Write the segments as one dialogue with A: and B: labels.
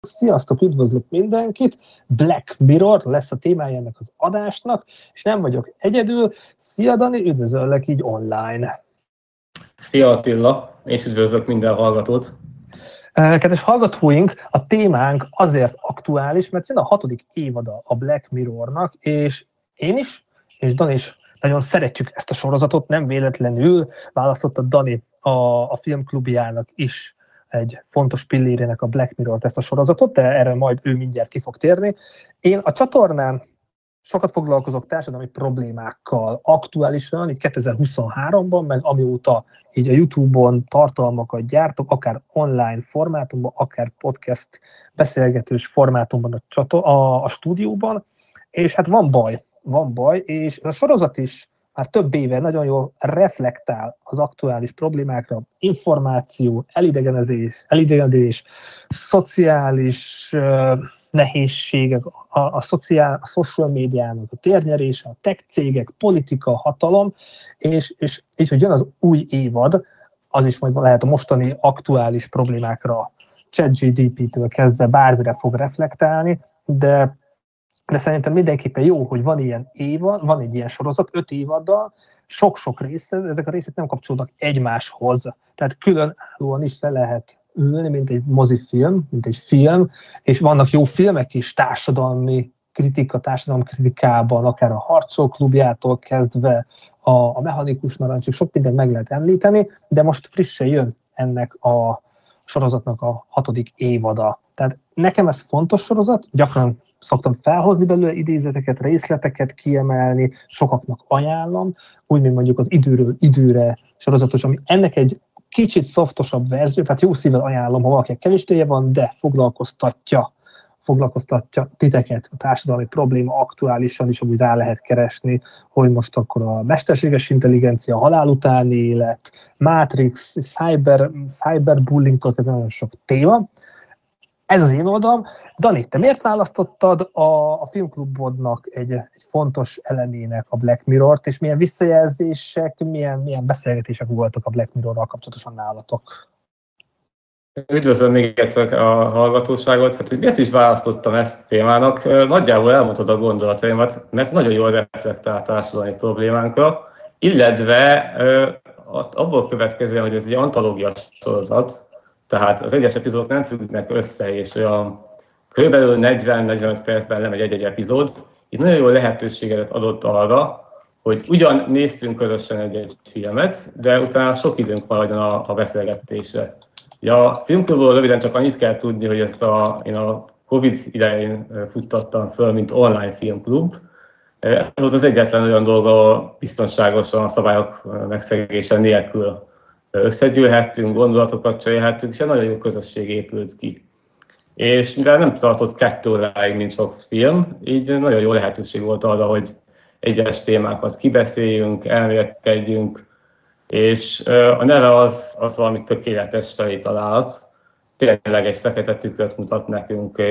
A: Sziasztok, üdvözlök mindenkit! Black Mirror lesz a témája ennek az adásnak, és nem vagyok egyedül. Szia Dani, üdvözöllek így online.
B: Szia Attila, és üdvözlök minden hallgatót!
A: Kedves hallgatóink, a témánk azért aktuális, mert jön a 6. évada a Black Mirrornak, és én is, és Dani is nagyon szeretjük ezt a sorozatot, nem véletlenül választotta Dani a filmklubjának is egy fontos pillérének a Black Mirror-t, ezt a sorozatot, de erre majd ő mindjárt ki fog térni. Én a csatornán sokat foglalkozok társadalmi problémákkal aktuálisan, így 2023-ban, meg amióta így a YouTube-on tartalmakat gyártok, akár online formátumban, akár podcast beszélgetős formátumban a stúdióban, és hát van baj, és ez a sorozat is már több éve nagyon jól reflektál az aktuális problémákra, információ, elidegenedés, szociális nehézségek, a social médiának a térnyerése, a tech cégek, politika, hatalom, és így, hogy jön az új évad, az is majd lehet a mostani aktuális problémákra, ChatGPT-től kezdve bármire fog reflektálni, de szerintem mindenképpen jó, hogy van ilyen évad, van egy ilyen sorozat, 5 évaddal, sok-sok része, ezek a részek nem kapcsolódnak egymáshoz. Tehát különállóan is le lehet ülni, mint egy mozifilm, mint egy film, és vannak jó filmek is társadalmi kritikában, akár a Harcok klubjától kezdve a Mechanikus Narancsig, sok mindent meg lehet említeni, de most frissen jön ennek a sorozatnak a 6. évada. Tehát nekem ez fontos sorozat, gyakran szoktam felhozni belőle idézeteket, részleteket kiemelni, sokaknak ajánlom, úgy, mint mondjuk az Időről időre sorozatos, ami ennek egy kicsit szoftosabb verzió, tehát jó szívvel ajánlom, ha valakinek kevés téje van, de foglalkoztatja titeket a társadalmi probléma aktuálisan is, amúgy rá lehet keresni, hogy most akkor a mesterséges intelligencia, halál utáni élet, Matrix, cyberbullyingtól kezdve nagyon sok téma. Ez az én oldalam. Dani, te miért választottad a filmklubodnak egy fontos elemének a Black Mirror-t, és milyen visszajelzések, milyen beszélgetések voltak a Black Mirror-ral kapcsolatosan nálatok?
B: Üdvözlöm még egyszer a hallgatóságot. Hát, hogy miért is választottam ezt témának? Nagyjából elmondtad a gondolataimat, mert nagyon jól reflektál a társadalmi problémánkra, illetve abból következően, hogy ez egy antológia sorozat, tehát az egyes epizódok nem függnek össze, és olyan körülbelül 40-45 percben lemegy egy epizód. Itt nagyon jó lehetőséget adott arra, hogy ugyan néztünk közösen egy filmet, de utána sok időnk maradjon a beszélgetésre. A filmklubból röviden csak annyit kell tudni, hogy én a Covid idején futtattam föl, mint online filmklub. Ez volt az egyetlen olyan dolga, biztonságosan a szabályok megszegése nélkül összegyűlhettünk, gondolatokat cserélhettünk, és egy nagyon jó közösség épült ki. És mivel nem tartott 2 óráig, mint sok film, így nagyon jó lehetőség volt arra, hogy egyes témákat kibeszéljünk, elmélkedjünk, és a neve az valami tökéletes találat. Tényleg egy fekete tükröt mutat nekünk.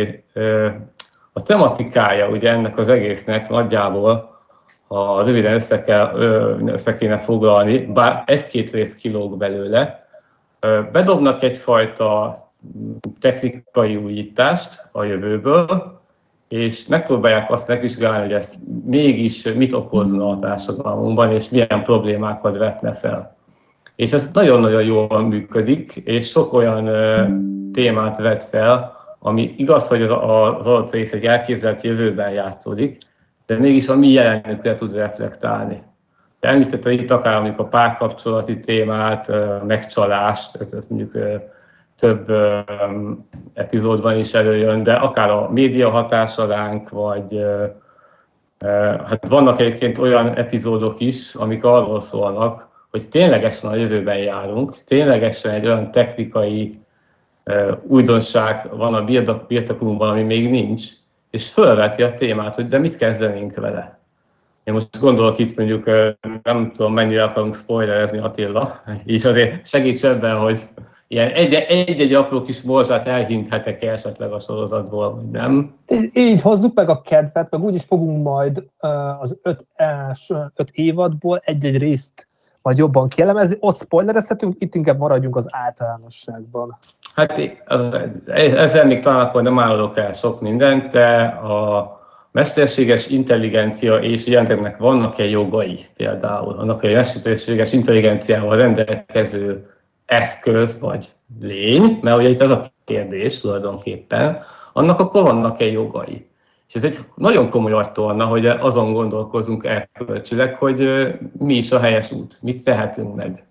B: A tematikája ugye ennek az egésznek nagyjából, ha röviden össze kéne foglalni, bár 1-2 rész kilóg belőle, bedobnak egyfajta technikai újítást a jövőből, és megpróbálják azt megvizsgálni, hogy ez mégis mit okozna a társadalmunkban, és milyen problémákat vetne fel. És ez nagyon-nagyon jól működik, és sok olyan témát vet fel, ami igaz, hogy az adott rész egy elképzelt jövőben játszódik, de mégis a mi jelenükre tud reflektálni. Említette itt akár mondjuk a párkapcsolati témát, megcsalást, ez mondjuk több epizódban is előjön, de akár a média hatása ránk, vagy hát vannak egyébként olyan epizódok is, amik arról szólnak, hogy ténylegesen a jövőben járunk, ténylegesen egy olyan technikai újdonság van a birtokunkban, ami még nincs, és fölveti a témát, hogy de mit kezdenénk vele. Én most gondolok itt mondjuk, nem tudom mennyire akarunk spoilerezni, Attila, így azért segíts ebben, hogy ilyen egy-egy apró kis morzsát elhinthetek esetleg a sorozatból, vagy nem.
A: Így hozzuk meg a kedvet, meg úgyis fogunk majd az 5 évadból egy-egy részt majd jobban kielemezni. Ott spoilerezhetünk, itt inkább maradjunk az általánosságban.
B: Hát ezzel még talán akkor nem árulok el sok mindent, de a mesterséges intelligencia és jelenteknek vannak-e jogai például? Annak, hogy a mesterséges intelligenciával rendelkező eszköz vagy lény, mert ugye itt az a kérdés tulajdonképpen, annak akkor vannak-e jogai? És ez egy nagyon komoly agytorna, hogy azon gondolkozunk erkölcsileg, hogy mi is a helyes út, mit tehetünk meg.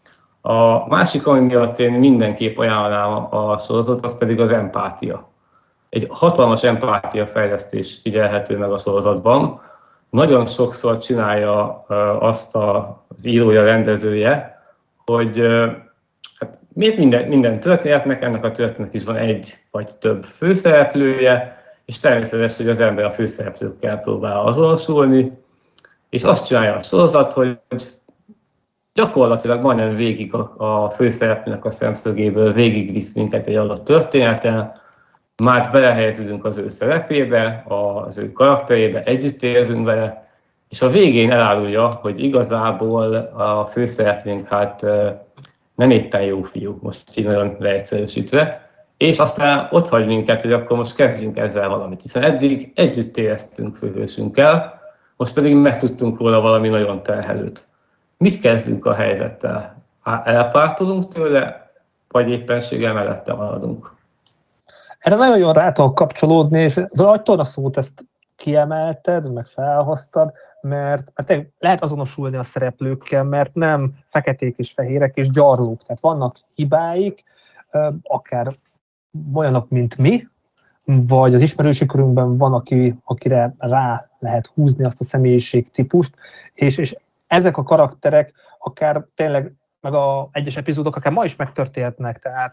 B: A másik, ami miatt én mindenképp ajánlanám a sorozatot, az pedig az empátia. Egy hatalmas empátia fejlesztés figyelhető meg a sorozatban. Nagyon sokszor csinálja azt az írója, rendezője, hogy hát miért minden történetnek, ennek a történetnek is van egy vagy több főszereplője, és természetes, hogy az ember a főszereplőkkel próbál azonosulni, és azt csinálja a sorozat, hogy gyakorlatilag majdnem végig a főszereplőnek a szemszögéből végigvisz minket egy adott történeten, már belehelyeződünk az ő szerepébe, az ő karakterébe, együtt érzünk vele, és a végén elárulja, hogy igazából a főszereplőnk hát nem éppen jó fiú, most így nagyon leegyszerűsítve, és aztán ott hagy minket, hogy akkor most kezdjünk ezzel valamit, hiszen eddig együtt éreztünk főhősünkkel, most pedig megtudtunk róla valami nagyon terhelőt. Mit kezdünk a helyzettel? Elpártolunk tőle, vagy éppenséggel mellette maradunk?
A: Erre nagyon jól rá tudok kapcsolódni, és az agytorna szót ezt kiemelted, meg felhoztad, mert lehet azonosulni a szereplőkkel, mert nem feketék és fehérek és gyarlók, tehát vannak hibáik, akár olyanok, mint mi, vagy az ismerősi körünkben van, akire rá lehet húzni azt a személyiségtípust, és ezek a karakterek akár tényleg, meg az egyes epizódok akár ma is megtörténhetnek, tehát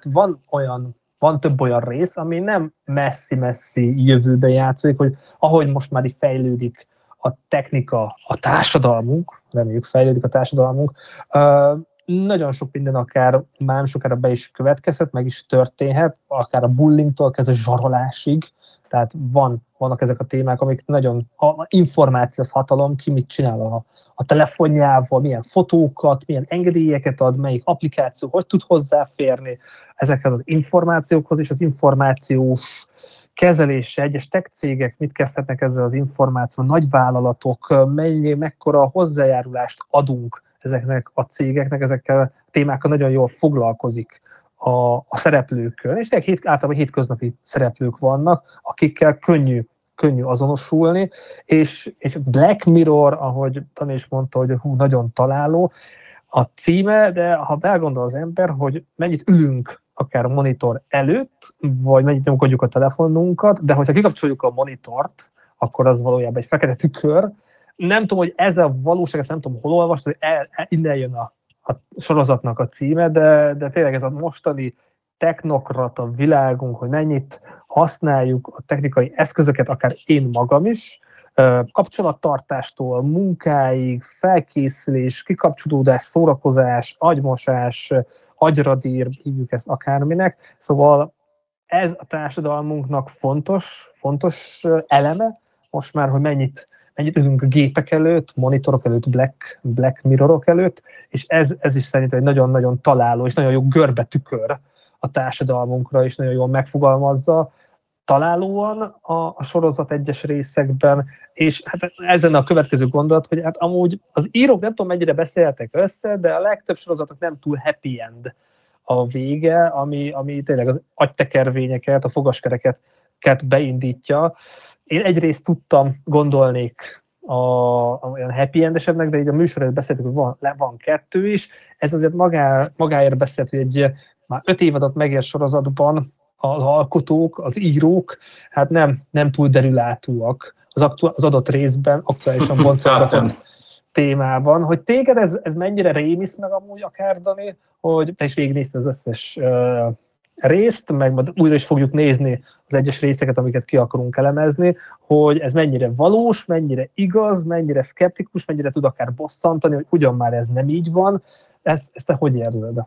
A: van több olyan rész, ami nem messzi-messzi jövőben játszik, hogy ahogy most már így fejlődik a technika, a társadalmunk, reméljük fejlődik a társadalmunk, nagyon sok minden akár már nem sokára be is következhet, meg is történhet, akár a bullyingtól kezdve zsarolásig, tehát vannak ezek a témák, amik nagyon, a információ az hatalom, ki mit csinál a telefonjával, milyen fotókat, milyen engedélyeket ad, melyik applikáció, hogy tud hozzáférni ezekhez az információkhoz, és az információs kezelése, egyes tech cégek mit kezdhetnek ezzel az információval, nagyvállalatok, mekkora hozzájárulást adunk ezeknek a cégeknek, ezekkel a témákkal nagyon jól foglalkozik a szereplőkön, és általában hétköznapi szereplők vannak, akikkel könnyű azonosulni, és Black Mirror, ahogy Tani is mondta, hogy nagyon találó a címe, de ha belgondol az ember, hogy mennyit ülünk akár a monitor előtt, vagy mennyit nyomkodjuk a telefonunkat, de hogyha kikapcsoljuk a monitort, akkor az valójában egy fekete tükör. Nem tudom, hogy ez a valóság, ezt nem tudom, hol olvastam, hogy innen jön a sorozatnak a címe, de tényleg ez a mostani technokrata világunk, hogy mennyit használjuk a technikai eszközöket, akár én magam is, kapcsolattartástól, munkáig, felkészülés, kikapcsolódás, szórakozás, agymosás, agyradír, hívjuk ezt akárminek. Szóval ez a társadalmunknak fontos eleme, most már, hogy mennyit ülünk a gépek előtt, monitorok előtt, Black Mirrorok előtt, és ez is szerintem egy nagyon-nagyon találó és nagyon jó görbe tükör a társadalmunkra, és nagyon jól megfogalmazza találóan a sorozat egyes részekben, és hát ezen a következő gondolat, hogy hát amúgy az írók nem tudom mennyire beszéltek össze, de a legtöbb sorozatnak nem túl happy end a vége, ami tényleg az agytekervényeket, a fogaskereket beindítja. Én egyrészt gondolnék olyan happy endesebbnek, de így a műsorról beszéltük, hogy van kettő is. Ez azért magáért beszélt, hogy egy már 5 évadot megér sorozatban az alkotók, az írók, hát nem túl derülátúak az adott részben, aktuálisan boncolgatott témában. Hogy téged ez mennyire rémisz meg amúgy akár, Dani, hogy te is végignézted az összes részt, meg majd újra is fogjuk nézni az egyes részeket, amiket ki akarunk elemezni, hogy ez mennyire valós, mennyire igaz, mennyire szkeptikus, mennyire tud akár bosszantani, hogy ugyan már ez nem így van. Ezt te hogy érzed?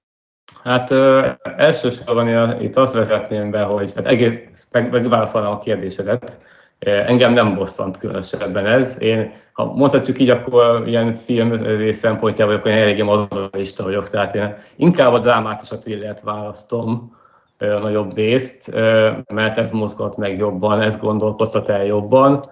B: Hát elsősorban itt azt vezetném be, hogy megválaszolnám a kérdésedet, Engem nem bosszant különösebben ez. Én, ha mondhatjuk így, akkor ilyen film szempontjából, akkor én eléggé mazolista vagyok, tehát én inkább a drámát és a thrillert választom a nagyobb részt, mert ez mozgat meg jobban, ez gondolkodtat el jobban.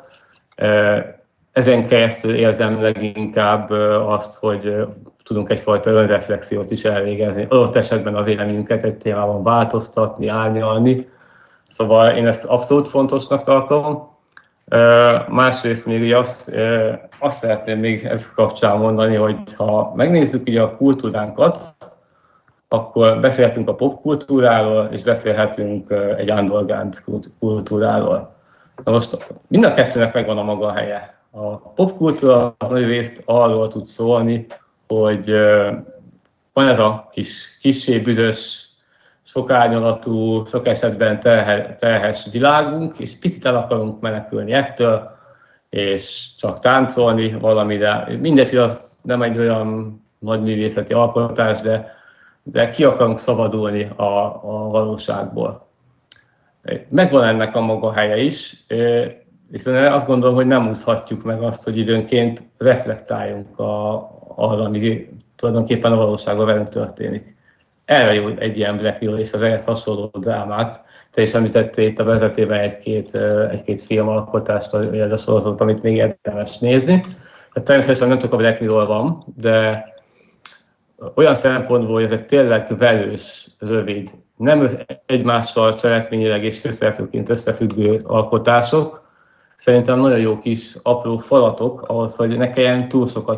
B: Ezen keresztül érzem leginkább azt, hogy tudunk egyfajta önreflexiót is elvégezni, adott esetben a véleményünket egy témában változtatni, árnyalni. Szóval én ezt abszolút fontosnak tartom. Másrészt még azt szeretném még ez kapcsán mondani, hogy ha megnézzük ugye a kultúránkat, akkor beszélhetünk a popkultúráról, és beszélhetünk egy underground kultúráról. Na most mind a kettőnek megvan a maga helye. A popkultúra az nagy részt arról tud szólni, hogy van ez a kissé büdös, sok árnyalatú, sok esetben terhes világunk, és picit el akarunk menekülni ettől, és csak táncolni valamire. Mindegy, hogy az nem egy olyan nagy művészeti alkotás, de ki akarunk szabadulni a valóságból. Megvan ennek a maga helye is, viszont azt gondolom, hogy nem úszhatjuk meg azt, hogy időnként reflektáljunk arra, ami tulajdonképpen a valóságban velünk történik. Erre jó egy ilyen Black Mirror és az ehhez hasonló drámák. Te is említettél itt a vezetében egy-két filmalkotást, a sorozatot, amit még érdemes nézni. Tehát természetesen nem csak a Black Mirror van, de olyan szempontból, hogy ezek tényleg velős, rövid, nem egymással cselekményileg és főszereplőként összefüggő alkotások, szerintem nagyon jó kis apró falatok ahhoz, hogy ne kelljen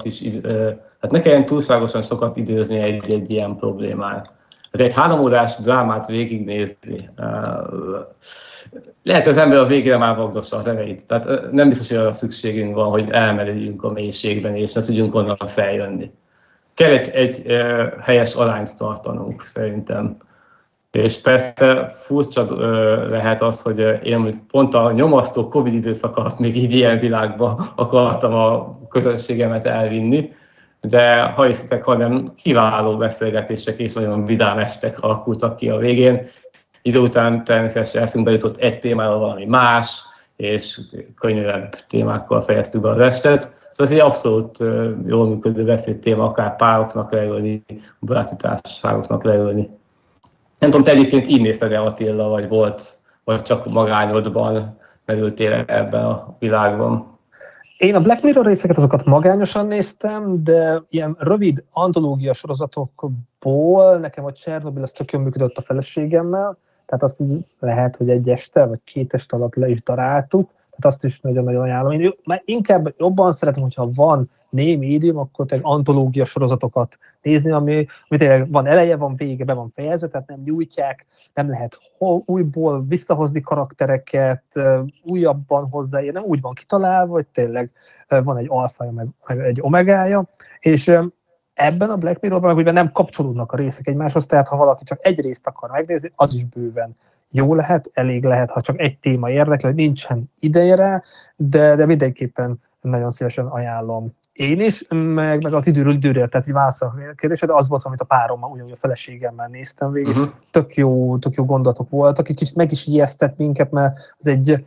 B: túlságosan sokat időzni egy ilyen problémán. Ez egy 3 órás drámát végignézni. Lehet, hogy az ember a végére már vagdossa az erejét. Tehát nem biztos, hogy arra szükségünk van, hogy elmerüljünk a mélységben, és ne tudjunk onnan feljönni. Kell egy helyes arányt tartanunk, szerintem. És persze furcsa lehet az, hogy én pont a nyomasztó Covid időszak alatt még így ilyen világba akartam a közönségemet elvinni, de ha hiszitek, hanem kiváló beszélgetések és nagyon vidám estek alakultak ki a végén. Idő után természetesen eszünkbe jutott egy témára valami más, és könnyűbb témákkal fejeztük be az estet. Szóval ez egy abszolút jól működő beszédtéma, akár pároknak leülni, baráti társaságoknak leülni. Nem tudom, te egyébként így nézted-e, Attila, vagy csak magányodban merültél ebben a világban?
A: Én a Black Mirror részeket azokat magányosan néztem, de ilyen rövid antológia sorozatokból nekem a Csernobyl az tök jól működött a feleségemmel, tehát azt így lehet, hogy egy este vagy 2 este alatt le is daráltuk, tehát azt is nagyon-nagyon ajánlom. Én inkább jobban szeretem, hogyha van némi időm, akkor antológia sorozatokat nézni, ami tényleg van eleje, van vége, be van fejezve, tehát nem nyújtják, nem lehet újból visszahozni karaktereket, újabban hozzáérni, nem úgy van kitalálva, hogy tényleg van egy alfája, meg egy omegája, és ebben a Black Mirrorban meg ugye nem kapcsolódnak a részek egymáshoz, tehát ha valaki csak egy részt akar megnézni, az is bőven jó lehet, elég lehet, ha csak egy téma érdekel, nincsen ideje rá, de mindenképpen nagyon szívesen ajánlom. Én is, meg az időről időre, tehát így válaszol a kérdésre, de az volt, amit a párommal, ugyanúgy a feleségemmel néztem végig, és tök jó gondolatok voltak, egy kicsit meg is ijesztett minket, mert az egy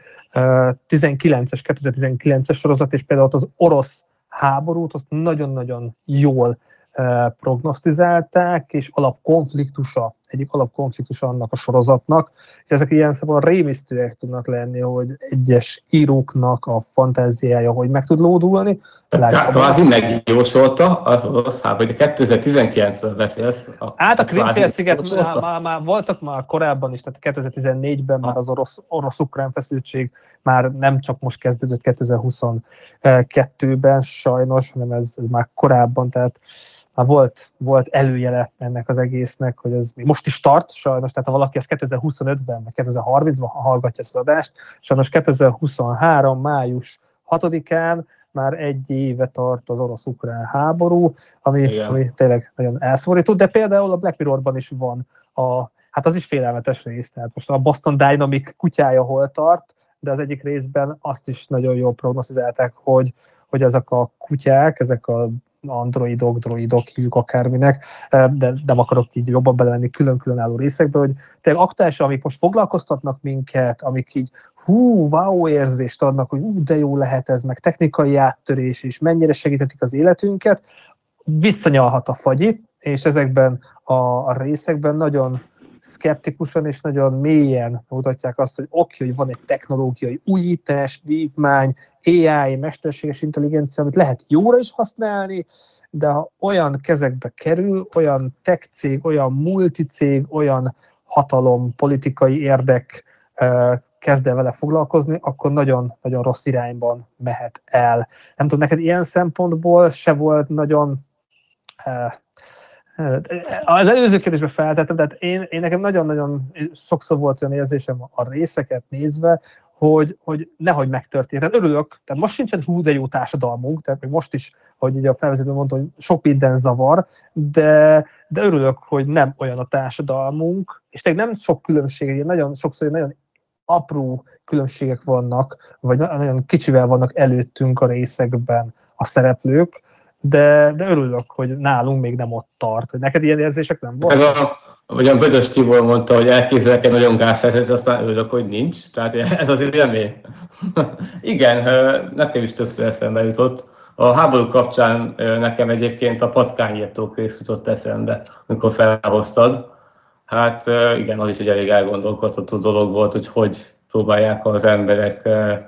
A: 2019-es sorozat, és például az orosz háborút, azt nagyon-nagyon jól prognosztizálták, és egyik alapkonfliktusa annak a sorozatnak, és ezek ilyen szabad rémisztőek tudnak lenni, hogy egyes íróknak a fantáziája, hogy meg tud lódulni.
B: Kvázi megjósolta az orosz háború, hogy 2019-ről beszélsz.
A: A Krim-félsziget már voltak már korábban is, tehát 2014-ben már az orosz-ukrán feszültség már nem csak most kezdődött 2022-ben sajnos, hanem ez már korábban, tehát már volt előjele ennek az egésznek, hogy ez még most is tart sajnos, tehát ha valaki ezt 2025-ben, vagy 2030-ban hallgatja ezt az adást, sajnos 2023. május 6-án már 1 éve tart az orosz-ukrán háború, ami tényleg nagyon elszomorító, de például a Black Mirrorban is van hát az is félelmetes rész, tehát most a Boston Dynamics kutyája hol tart, de az egyik részben azt is nagyon jól prognosztizálták, hogy ezek a kutyák, ezek a androidok, droidok, hívjuk akárminek, de nem akarok így jobban belemenni külön-külön álló részekbe, hogy tényleg aktuálisan, amik most foglalkoztatnak minket, amik így wow érzést adnak, hogy de jó lehet ez, meg technikai áttörés, és mennyire segíthetik az életünket, visszanyalhat a fagyi, és ezekben a részekben nagyon szkeptikusan és nagyon mélyen mutatják azt, hogy oké, hogy van egy technológiai újítás, vívmány, AI, mesterséges intelligencia, amit lehet jóra is használni, de ha olyan kezekbe kerül, olyan tech cég, olyan multicég, olyan hatalom, politikai érdek kezd el vele foglalkozni, akkor nagyon-nagyon rossz irányban mehet el. Nem tudom, neked ilyen szempontból se volt nagyon... Az előző kérdésben feltettem, tehát én nekem nagyon-nagyon sokszor volt olyan érzésem a részeket nézve, hogy nehogy megtörténjen. Tehát örülök, tehát most sincsen de jó társadalmunk, tehát még most is, hogy így a felvezetőben mondtam, hogy sok minden zavar, de örülök, hogy nem olyan a társadalmunk, és tényleg nem sok különbség, nagyon sokszor nagyon apró különbségek vannak, vagy nagyon kicsivel vannak előttünk a részekben a szereplők, de örülök, hogy nálunk még nem ott tart. Hogy neked ilyen érzések nem voltak?
B: Vagy a Bödös Tibor mondta, hogy elképzelek egy nagyon gázhelyzet, aztán örülök, hogy nincs. Tehát ez az élmény. Igen, nekem is többször eszembe jutott. A háború kapcsán nekem egyébként a patkányírtók rész jutott eszembe, amikor felhoztad. Hát igen, az is egy elég elgondolkodható dolog volt, hogy próbálják az emberek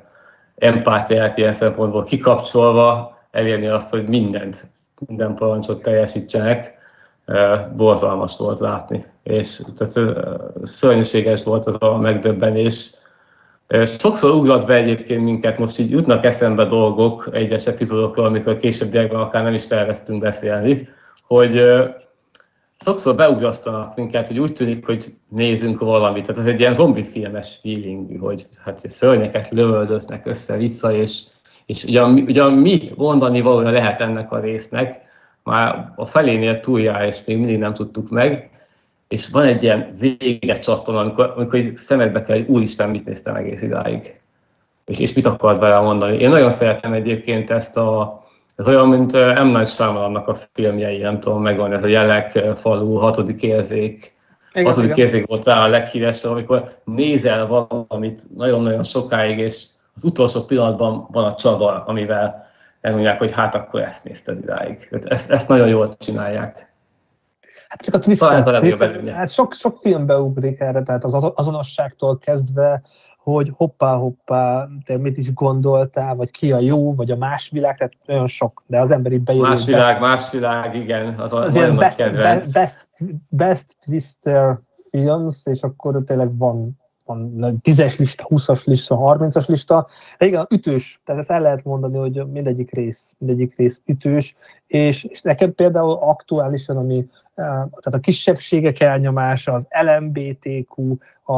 B: empátiát ilyen szempontból kikapcsolva elérni azt, hogy minden parancsot teljesítsenek. Borzalmas volt látni. És tehát szörnyűséges volt az a megdöbbenés. Sokszor ugrat be egyébként minket, most így jutnak eszembe dolgok egyes epizódokról, amikor későbbiekben akár nem is terveztünk beszélni, hogy sokszor beugrasztanak minket, hogy úgy tűnik, hogy nézünk valamit. Tehát ez egy ilyen zombifilmes feeling, hogy hát szörnyeket lövöldöznek össze-vissza, és ugyan mi mondani valója lehet ennek a résznek, már a felénél túljár, és még mindig nem tudtuk meg, és van egy ilyen vége csattan, amikor szemedbe kell, hogy úristen, mit néztem egész idáig, és mit akart vele mondani. Én nagyon szeretem egyébként ez olyan, mint M. Night Shyamalannak a filmjei, nem tudom, megvan ez a Jelek falu, hatodik érzék. Igen, hatodik érzék volt rá a leghíresebb, amikor nézel valamit nagyon-nagyon sokáig, és az utolsó pillanatban van a csavar, amivel elmondják, hogy hát akkor ezt nézted idáig. Ezt nagyon jól csinálják.
A: Hát csak a twist, hát sok filmbe ugrik erre, tehát az azonosságtól kezdve, hogy hoppá, te mit is gondoltál, vagy ki a jó, vagy a más világ, tehát nagyon sok, de az emberi beíró.
B: Más világ, igen, az nagyon nagy kedvenc.
A: Best Twister films, és akkor tényleg van 10-es lista, 20-as lista, 30-as lista. De igen, ütős, tehát ezt el lehet mondani, hogy mindegyik rész ütős, és nekem például aktuálisan, ami tehát a kisebbségek elnyomása, az LMBTQ,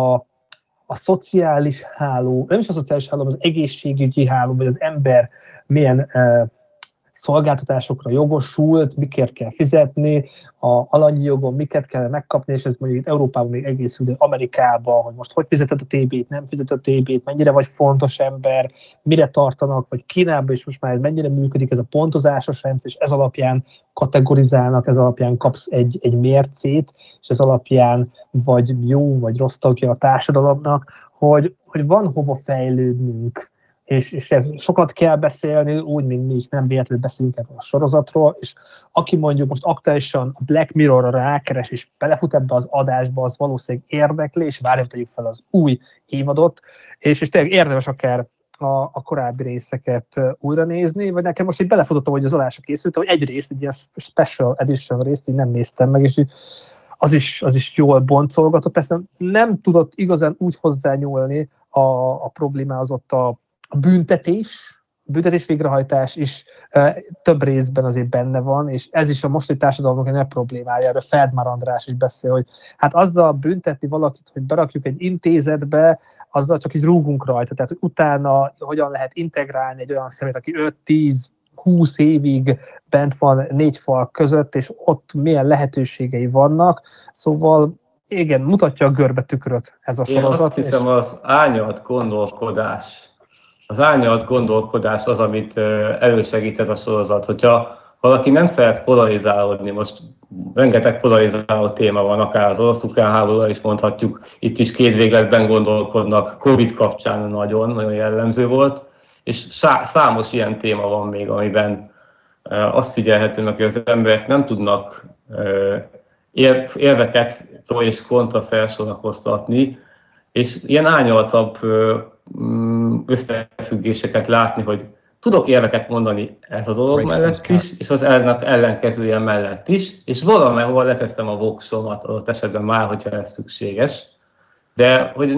A: a szociális háló, nem is a szociális háló, az egészségügyi háló, vagy az ember milyen szolgáltatásokra jogosult, mikért kell fizetni, a alanyi jogon miket kell megkapni, és ez mondjuk itt Európában még egészül, de Amerikában, hogy most hogy fizeted a TB-t, nem fizeted a TB-t, mennyire vagy fontos ember, mire tartanak, vagy Kínában is most már mennyire működik ez a pontozásos rendszer, és ez alapján kategorizálnak, ez alapján kapsz egy mércét, és ez alapján vagy jó, vagy rossz tagja a társadalomnak, hogy van hova fejlődnünk, és sokat kell beszélni, úgy, mint mi is nem véletlenül beszélünk erről a sorozatról, és aki mondjuk most aktuálisan a Black Mirrorra rákeres, és belefut ebbe az adásba, az valószínűleg érdekli, és várjuk tegyük fel az új évadot, és tényleg érdemes akár a korábbi részeket újra nézni, vagy nekem most így belefutottam, hogy az adásra készültem, hogy egy részt, egy ilyen special edition részt így nem néztem meg, és az is jól boncolgatott. Persze nem tudott igazán úgy hozzányúlni a problémához ott a büntetés végrehajtás is több részben azért benne van, és ez is a mostani társadalomnak egy nagy problémája, erről Feldmár András is beszél, hogy hát azzal büntetni valakit, hogy berakjuk egy intézetbe, azzal csak így rúgunk rajta, tehát hogy utána hogyan lehet integrálni egy olyan személyt, aki 5-10-20 évig bent van 4 fal között, és ott milyen lehetőségei vannak, szóval igen, mutatja a görbetükröt ez a sorozat.
B: Én azt hiszem, az árnyalt gondolkodás az, amit elősegített a sorozat. Hogyha valaki nem szeret polarizálódni, most rengeteg polarizáló téma van, akár az orosz-ukrán háborúra is mondhatjuk, itt is két végletben gondolkodnak, Covid kapcsán nagyon jellemző volt, és számos ilyen téma van még, amiben azt figyelhető meg, hogy az emberek nem tudnak érveket pro és kontra felsorakoztatni, és ilyen árnyaltabb összefüggéseket látni, hogy tudok érveket mondani ez a dolog mellett is, és az ellenkezője mellett is, és valamehol leteszem a voksomat adott esetben már, hogyha ez szükséges, de hogy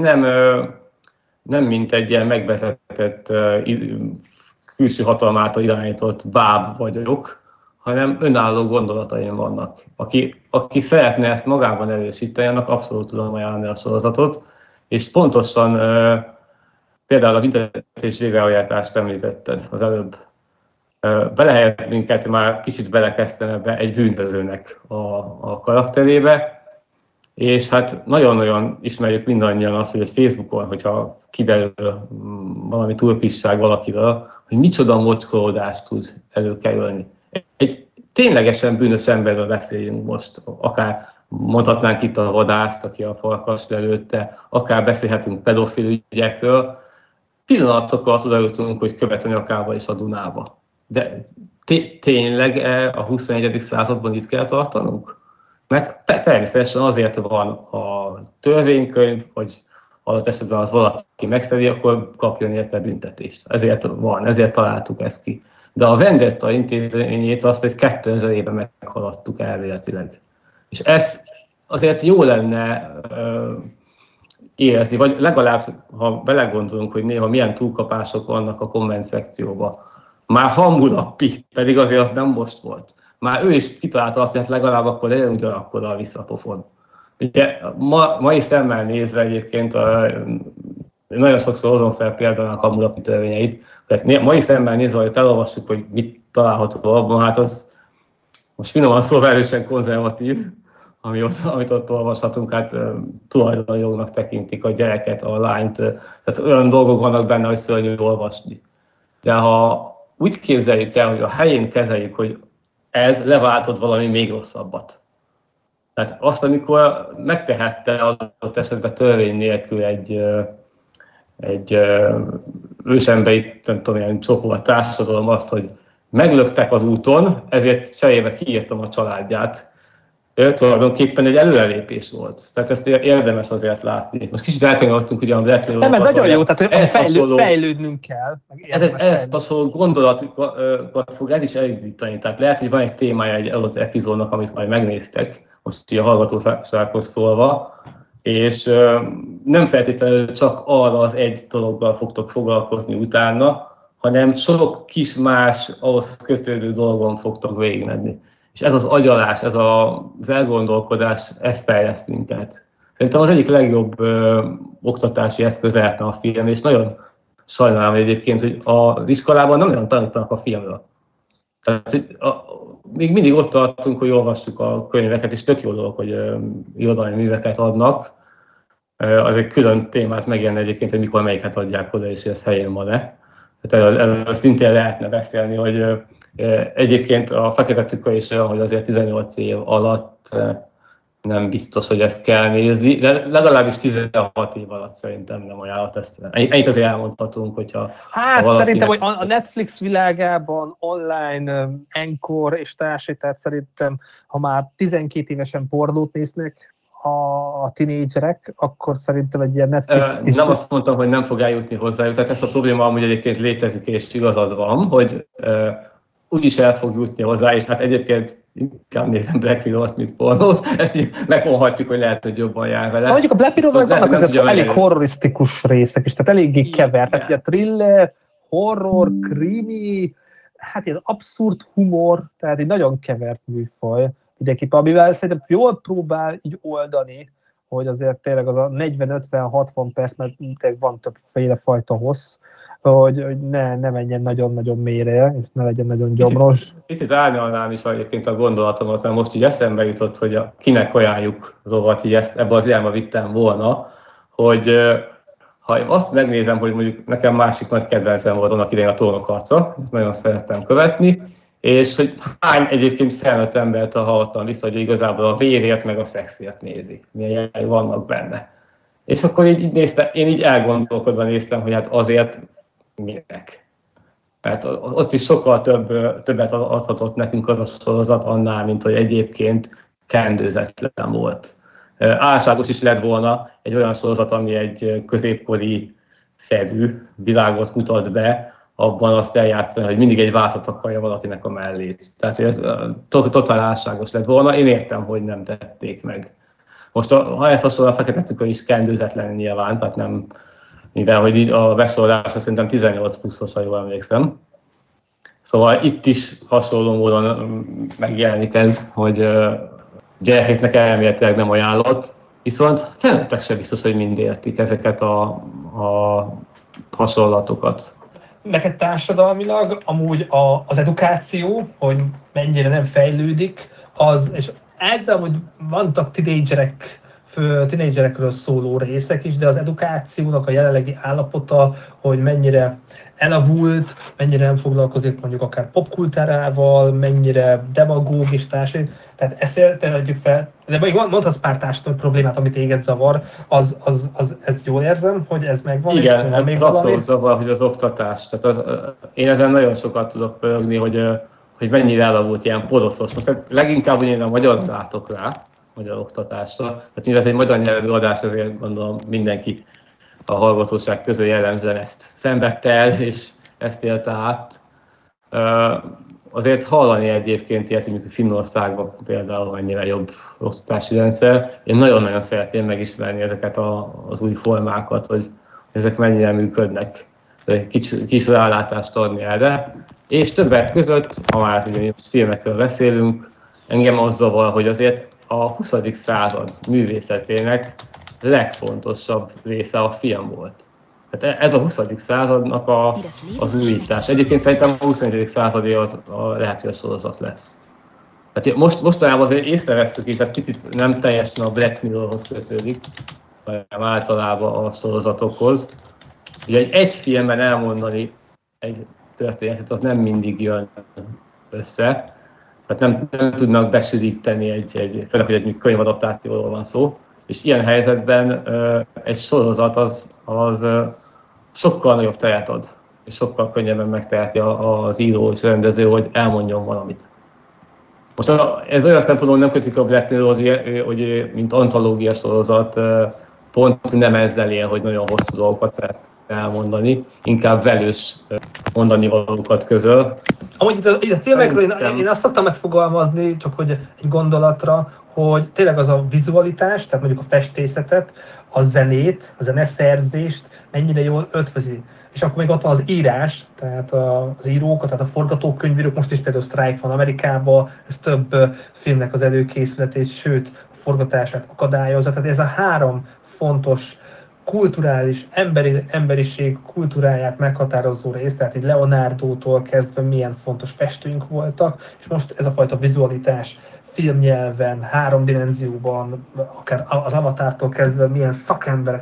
B: nem mint egy ilyen megvezetett külső hatalom által irányított báb vagyok, hanem önálló gondolataim vannak. Aki szeretne ezt magában erősíteni, annak abszolút tudom ajánlani a sorozatot, és pontosan például a büntetés végrehajtást említetted az előbb. Belehelyez minket, már kicsit belekezdtem ebbe egy bűnözőnek a karakterébe, és hát nagyon-nagyon ismerjük mindannyian azt, hogy Facebookon, hogyha kiderül valami túlpisság valakiről, hogy micsoda mocskolódást tud előkerülni. Egy ténylegesen bűnös emberről beszéljünk most, akár mondhatnánk itt a vadászt, aki a farkast lelőtte, akár beszélhetünk pedofil ügyekről, pillanatokkal oda jutunk, hogy követ a nyakába és a Dunába. De tényleg a 21. században itt kell tartanunk? Mert természetesen azért van a törvénykönyv, hogy adott esetben az valaki megszedi, akkor kapjon érte büntetést. Ezért van, ezért találtuk ezt ki. De a vendetta intézményét azt egy 2000 éve meghaladtuk elméletileg. És ezt azért jó lenne érezni, vagy legalább, ha belegondolunk, hogy néha milyen túlkapások vannak a komment szekcióban. Már Hammurapi, pedig azért az nem most volt. Már ő is kitalálta azt, hogy hát legalább akkor legyen ugyanakkor a visszapofon. Ugye mai szemmel nézve egyébként nagyon sokszor hozom fel például a Hammurapi törvényeit, tehát mai szemmel nézve, hogy elolvassuk, hogy mit található abban, hát az most finoman szóval erősen konzervatív, amit ott olvashatunk, hát tulajdonjognak tekintik a gyereket, a lányt, tehát olyan dolgok vannak benne, hogy szörnyű olvasni. De ha úgy képzeljük el, hogy a helyén kezeljük, hogy ez leváltott valami még rosszabbat. Tehát azt, amikor megtehette adott esetben törvény nélkül egy ősemberi, nem tudom, ilyen csoport társadalom azt, hogy meglöktek az úton, ezért cserébe kiírtam a családját. Tulajdonképpen egy előrelépés volt. Tehát ezt érdemes azért látni. Most kicsit elkanyarodtunk ugye a Black Mirror.
A: Nem, ez nagyon jó, tehát fejlődnünk kell.
B: Ez hasonló gondolatokat fog ez is elindítani. Tehát lehet, hogy van egy témája egy adott epizódnak, amit majd megnéztek, most így a hallgatósághoz szólva, és nem feltétlenül csak arra az egy dologgal fogtok foglalkozni utána, hanem sok kis más ahhoz kötődő dolgon fogtok végigmenni. És ez az agyalás, ez az elgondolkodás, ez fejleszt minket. Szerintem az egyik legjobb oktatási eszköz lehetne a film, és nagyon sajnálom egyébként, hogy az iskolában nem nagyon tanítanak a filmről. Tehát még mindig ott tartunk, hogy olvassuk a könyveket, és tök jó dolog, hogy irodalmi műveket adnak. Az egy külön témát megjelenne egyébként, hogy mikor melyiket adják oda, és hogy ez helyén van-e. Tehát erről szintén lehetne beszélni, hogy egyébként a fekete tükör is olyan, hogy azért 18 év alatt nem biztos, hogy ezt kell nézni, de legalábbis 16 év alatt szerintem nem ajánlott ezt. Ennyit azért elmondhatunk, hogyha...
A: Hát ha szerintem, hogy a Netflix világában online Encore és társai, tehát szerintem, ha már 12 évesen pornót néznek a tinédzserek, akkor szerintem egy ilyen Netflix is...
B: Nem azt mondtam, hogy nem fog eljutni hozzájuk, tehát ezt a probléma amúgy egyébként létezik, és igazad van, hogy úgyis el fog jutni hozzá, és hát egyébként inkább nézem Black Mirror-t, mint pornót, ezt így megmondhatjuk, hogy lehet, hogy jobban jár vele.
A: Mondjuk a Black Mirror-ban vannak azért elég horrorisztikus részek is, tehát eléggé kevert, tehát ugye thriller, horror, krimi, hát ilyen abszurd humor, tehát egy nagyon kevert műfaj mindenképpen, amivel szerintem jól próbál így oldani, hogy azért tényleg az a 40-50-60 perc, mert tényleg van többféle fajta hossz, hogy ne menjen nagyon-nagyon mélyre, és ne legyen nagyon gyomros.
B: Picit árnyalnám is egyébként a gondolatomat, mert most így eszembe jutott, hogy kinek ajánljuk rovat, így ezt ebbe az irányba vittem volna, hogy ha azt megnézem, hogy mondjuk nekem másik nagy kedvencem volt annak idején a Trónok harca, ezt nagyon szerettem követni, és hogy hány egyébként felnőtt embert hallottam vissza, hogy igazából a vérért meg a szexért nézi, milyen jelek vannak benne. És akkor így néztem, én így elgondolkodva néztem, hogy hát azért minek. Mert ott is sokkal többet adhatott nekünk az a sorozat annál, mint hogy egyébként kendőzetlen volt. Álságos is lett volna egy olyan sorozat, ami egy középkori szerű világot mutat be, abban azt eljátszani, hogy mindig egy vászat akarja valakinek a mellét. Tehát ez totál álságos lett volna, én értem, hogy nem tették meg. Most ha ezt hasonló a Fekete Cukor is kendőzetlen nyilván, tehát nem, mivel hogy így a besorolása szerintem 18 pluszos, ha jól emlékszem. Szóval itt is hasonló módon megjelenik ez, hogy gyerekeknek elméletileg nem ajánlott, viszont felnőttek sem biztos, hogy mind értik ezeket a hasonlatokat.
A: Neked társadalmilag amúgy az edukáció, hogy mennyire nem fejlődik, és ezzel, hogy vannak tinédzserekről szóló részek is, de az edukációnak a jelenlegi állapota, hogy mennyire elavult, mennyire nem foglalkozik mondjuk akár popkultúrával, mennyire demagóg és társadalmi. Tehát ezt tegyük fel, de még mondhatsz pár társadalmi problémát, amit téged zavar, ezt jól érzem, hogy ez megvan.
B: Igen, ez még abszolút zavar, hogy az oktatás. Tehát én ezen nagyon sokat tudok pörögni, hogy mennyire elavult ilyen poroszos. Most leginkább én a magyar látok rá, magyar oktatásra. Tehát mivel ez egy magyar nyelvű adás, ezért gondolom mindenki a hallgatóság közül jellemzően ezt szenvedte el, és ezt élte át. Azért hallani egyébként ilyet, hogy Finnországban például mennyire jobb oktatási rendszer. Én nagyon-nagyon szeretném megismerni ezeket az új formákat, hogy ezek mennyire működnek. Kis rálátást adni erre. És többek között, ha már filmekről beszélünk, engem az zavar, hogy azért a 20. század művészetének legfontosabb része a film volt. Tehát ez a 20. századnak az újítás. Egyébként szerintem a 21. századi lehet, hogy a sorozat lesz. Tehát mostanában azért észreveszünk, és ez picit nem teljesen a Black Mirrorhoz kötődik, hanem általában a sorozatokhoz. Ugye egy filmben elmondani egy történetet, az nem mindig jön össze. Tehát nem tudnak besűríteni főleg, hogy egy könyvadaptációról van szó. És ilyen helyzetben egy sorozat az sokkal nagyobb teret ad, és sokkal könnyebben megteheti az író és rendező, hogy elmondjon valamit. Most ez olyan szempontból nem kötik a Black Mirrorhoz, hogy mint antológia sorozat pont nem ezzel él, hogy nagyon hosszú dolgokat szeretne elmondani, inkább velős mondani valókat közöl.
A: Amúgy itt a filmekről én azt szoktam megfogalmazni, csak hogy egy gondolatra, hogy tényleg az a vizualitás, tehát mondjuk a festészetet, a zenét, a zeneszerzést mennyire jól ötvözi. És akkor még ott van az írás, tehát az írók, tehát a forgatókönyvírók, most is például sztrájk van Amerikában, ez több filmnek az előkészületét, sőt a forgatását akadályozza. Tehát ez a három fontos kulturális, emberiség kultúráját meghatározó rész, tehát így Leonardo-tól kezdve milyen fontos festőink voltak, és most ez a fajta vizualitás filmnyelven, 3 dimenzióban, akár az Avatártól kezdve milyen szakemberek,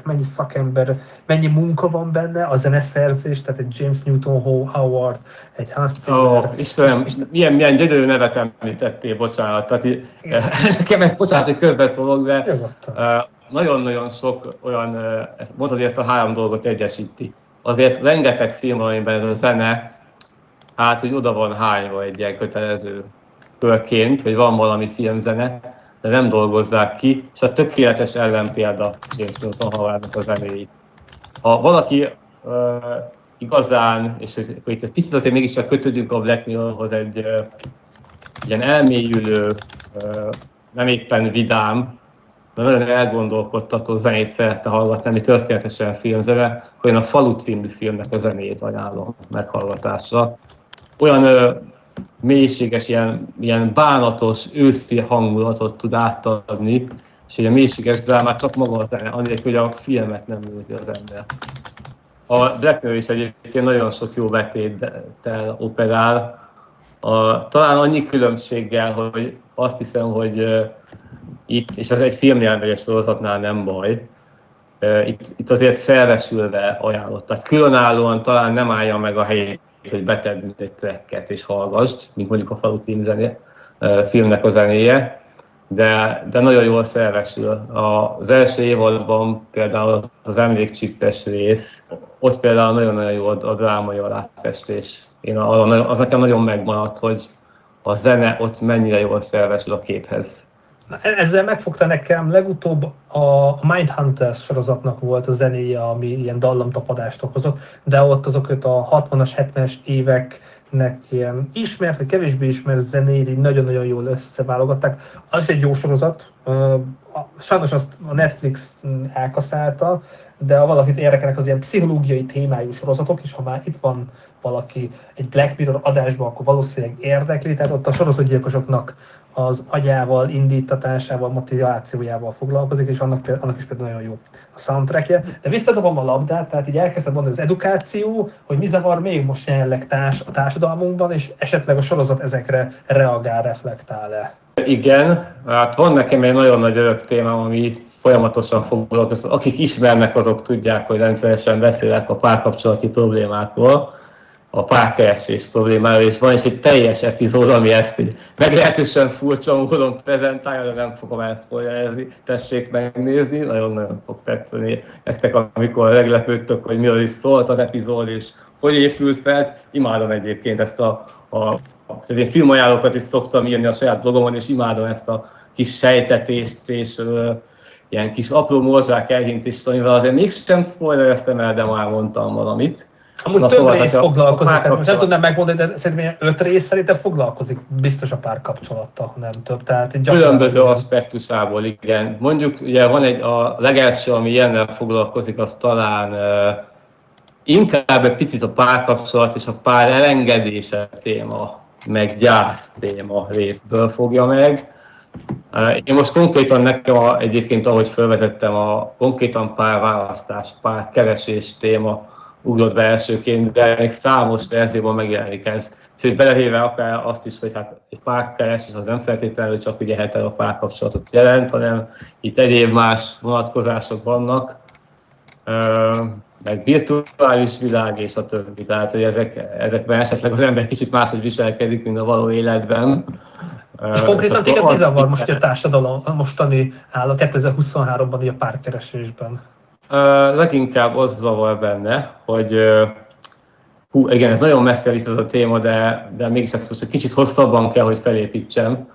A: mennyi munka van benne, a zeneszerzés, tehát egy James Newton Howard, egy Hans Zimmer.
B: Istenem, milyen gyönyörű nevet említettél, bocsánat. Tehát nekem bocsánat, hogy közbeszólok, de nagyon-nagyon sok olyan, mondhatod, hogy ezt a 3 dolgot egyesíti. Azért rengeteg film van, amiben ez a zene, hát, hogy oda van hányva egy ilyen kötelező körként, hogy van valami filmzene, de nem dolgozzák ki, és a tökéletes ellenpélda James Newton Howardnak a zenéi. Ha valaki igazán, és itt egy picit azért mégiscsak kötődünk a Black Mirrorhoz, egy ilyen elmélyülő, nem éppen vidám, de nagyon elgondolkodtató zenét szerette hallgatni, ami történetesen filmzene, akkor én a Falu című filmnek a zenéjét ajánlom meghallgatásra. Olyan mélységes, ilyen bánatos, őszi hangulatot tud átadni, és egy mélységes drámát csak maga a zene, anélkül, hogy a filmet nem nézi az ember. A Black Mirror is egyébként nagyon sok jó betéttel operál, talán annyi különbséggel, hogy azt hiszem, hogy itt, és ez egy filmnél vagy egy sorozatnál nem baj, itt azért szervesülve ajánlott. Tehát különállóan talán nem állja meg a helyét hogy betedd egy tracket és hallgassd, mint mondjuk a Falu című filmnek a zenéje, de nagyon jól szervesül. Az első évadban például az emlékcsippes rész, ott például nagyon-nagyon jó a drámai aláfestés. Az nekem nagyon megmaradt, hogy a zene ott mennyire jól szervesül a képhez.
A: Ezzel megfogta nekem legutóbb a Mindhunters sorozatnak volt a zenéje, ami ilyen dallamtapadást okozott, de ott azokat a 60-as, 70-es éveknek ilyen ismert, vagy kevésbé ismert zenét így nagyon-nagyon jól összeválogatták. Az egy jó sorozat, sajnos azt a Netflix elkaszálta, de ha valakit érdekelnek az ilyen pszichológiai témájú sorozatok, és ha már itt van valaki egy Black Mirror adásban, akkor valószínűleg érdekli, tehát ott a sorozatgyilkosoknak az agyával, indítatásával, motivációjával foglalkozik, és annak is például nagyon jó a soundtrackje. De visszadobom a labdát, tehát így elkezdtem mondani az edukáció, hogy mi zavar még most jelenleg a társadalmunkban, és esetleg a sorozat ezekre reagál, reflektál-e.
B: Igen, hát van nekem egy nagyon nagy örök témám, ami folyamatosan foglalkozik. Akik ismernek, azok tudják, hogy rendszeresen beszélek a párkapcsolati problémákról, a párkeresés problémáról, és van is egy teljes epizód, ami ezt így meglehetősen furcsa módon prezentálja, de nem fogom elszpoilerezni, tessék megnézni, nagyon-nagyon fog tetszeni nektek, amikor meglepődtök, hogy miről is szólt az epizód, és hogy épült fel. Imádom egyébként ezt én filmajánlókat is szoktam írni a saját blogomon, és imádom ezt a kis sejtetést, és ilyen kis apró morzsák elhintést, amivel azért mégsem spoilereztem el, de már mondtam valamit.
A: Amúgy több rész foglalkozik, tehát most nem tudnám megmondani, de szerintem 5 rész szerintem foglalkozik biztos a párkapcsolattal, nem több. Tehát
B: különböző aspektusából, igen. Mondjuk ugye van a legelső, ami ilyennel foglalkozik, az talán inkább egy picit a párkapcsolat és a pár elengedése téma, meg gyász téma részből fogja meg. Én most konkrétan nekem egyébként, ahogy felvetettem, konkrétan párválasztás, párkeresés téma ugrott be elsőként, de még számos verzióban megjelenik ez. Sőt, belevéve akár azt is, hogy hát egy párkeresés az nem feltétlenül csak ugye hetero párkapcsolatot jelent, hanem itt egyéb más vonatkozások vannak, meg virtuális világ és a többi. Tehát, hogy ezekben esetleg az ember kicsit máshogy viselkedik, mint a való életben.
A: És konkrétan téged mi zavar most a társadalom mostani áll a 2023-ban a párkeresésben?
B: Leginkább az zavar benne, hogy igen, ez nagyon messze visz ez a téma, de mégis ezt most egy kicsit hosszabban kell, hogy felépítsem.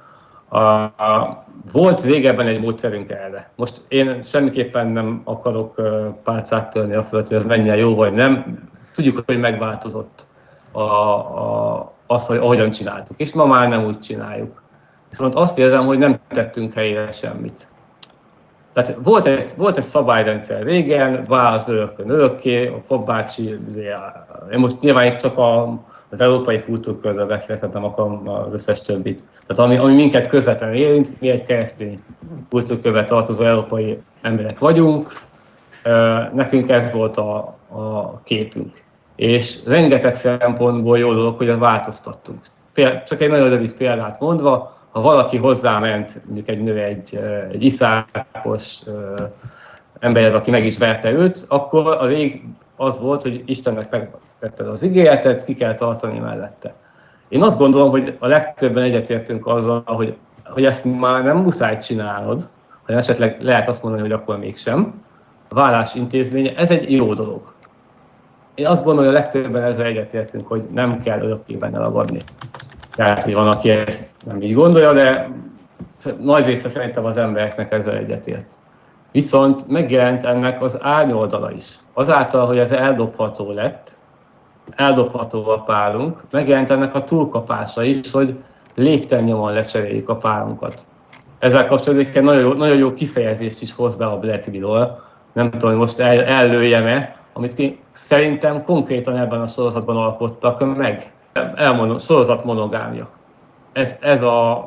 B: Volt régebben egy módszerünk erre. Most én semmiképpen nem akarok pálcát törni a fölött, hogy ez mennyire jó vagy nem. Tudjuk, hogy megváltozott az, hogy ahogyan csináltuk, és ma már nem úgy csináljuk. Viszont azt érzem, hogy nem tettünk helyére semmit. Tehát volt egy szabályrendszer régen, válasz örökké, a Popbácsi, én most nyilván csak az európai kultúrkörről beszélek, nem akarom az összes többit. Tehát ami minket közvetlenül érint, mi egy keresztény kultúrkörbe tartozó európai emberek vagyunk, nekünk ez volt a képünk. És rengeteg szempontból jó dolog, hogy változtattunk. Csak egy nagyon rövid példát mondva, ha valaki hozzáment, mondjuk egy nő egy iszákos emberhez, aki meg is verte őt, akkor a rég az volt, hogy Istennek megvetted az ígéretet, ki kell tartani mellette. Én azt gondolom, hogy a legtöbben egyetértünk azzal, hogy ezt már nem muszáj csinálnod, hanem esetleg lehet azt mondani, hogy akkor mégsem. A vállás intézménye, ez egy jó dolog. Én azt gondolom, hogy a legtöbben ezzel egyetértünk, hogy nem kell örökké benne ragadni. Tehát, hogy van, aki ezt nem így gondolja, de nagy része szerintem az embereknek ezzel egyetért. Viszont megjelent ennek az árnyoldala is. Azáltal, hogy ez eldobható lett, eldobható a párunk, megjelent ennek a túlkapása is, hogy léptennyomon lecseréljük a párunkat. Ezzel kapcsolatban egy nagyon jó kifejezést is hoz be a Black Mirror. Nem tudom, hogy most ellőjem-e, amit szerintem konkrétan ebben a sorozatban alkottak meg. Elmondom, sorozat monogámja. Ez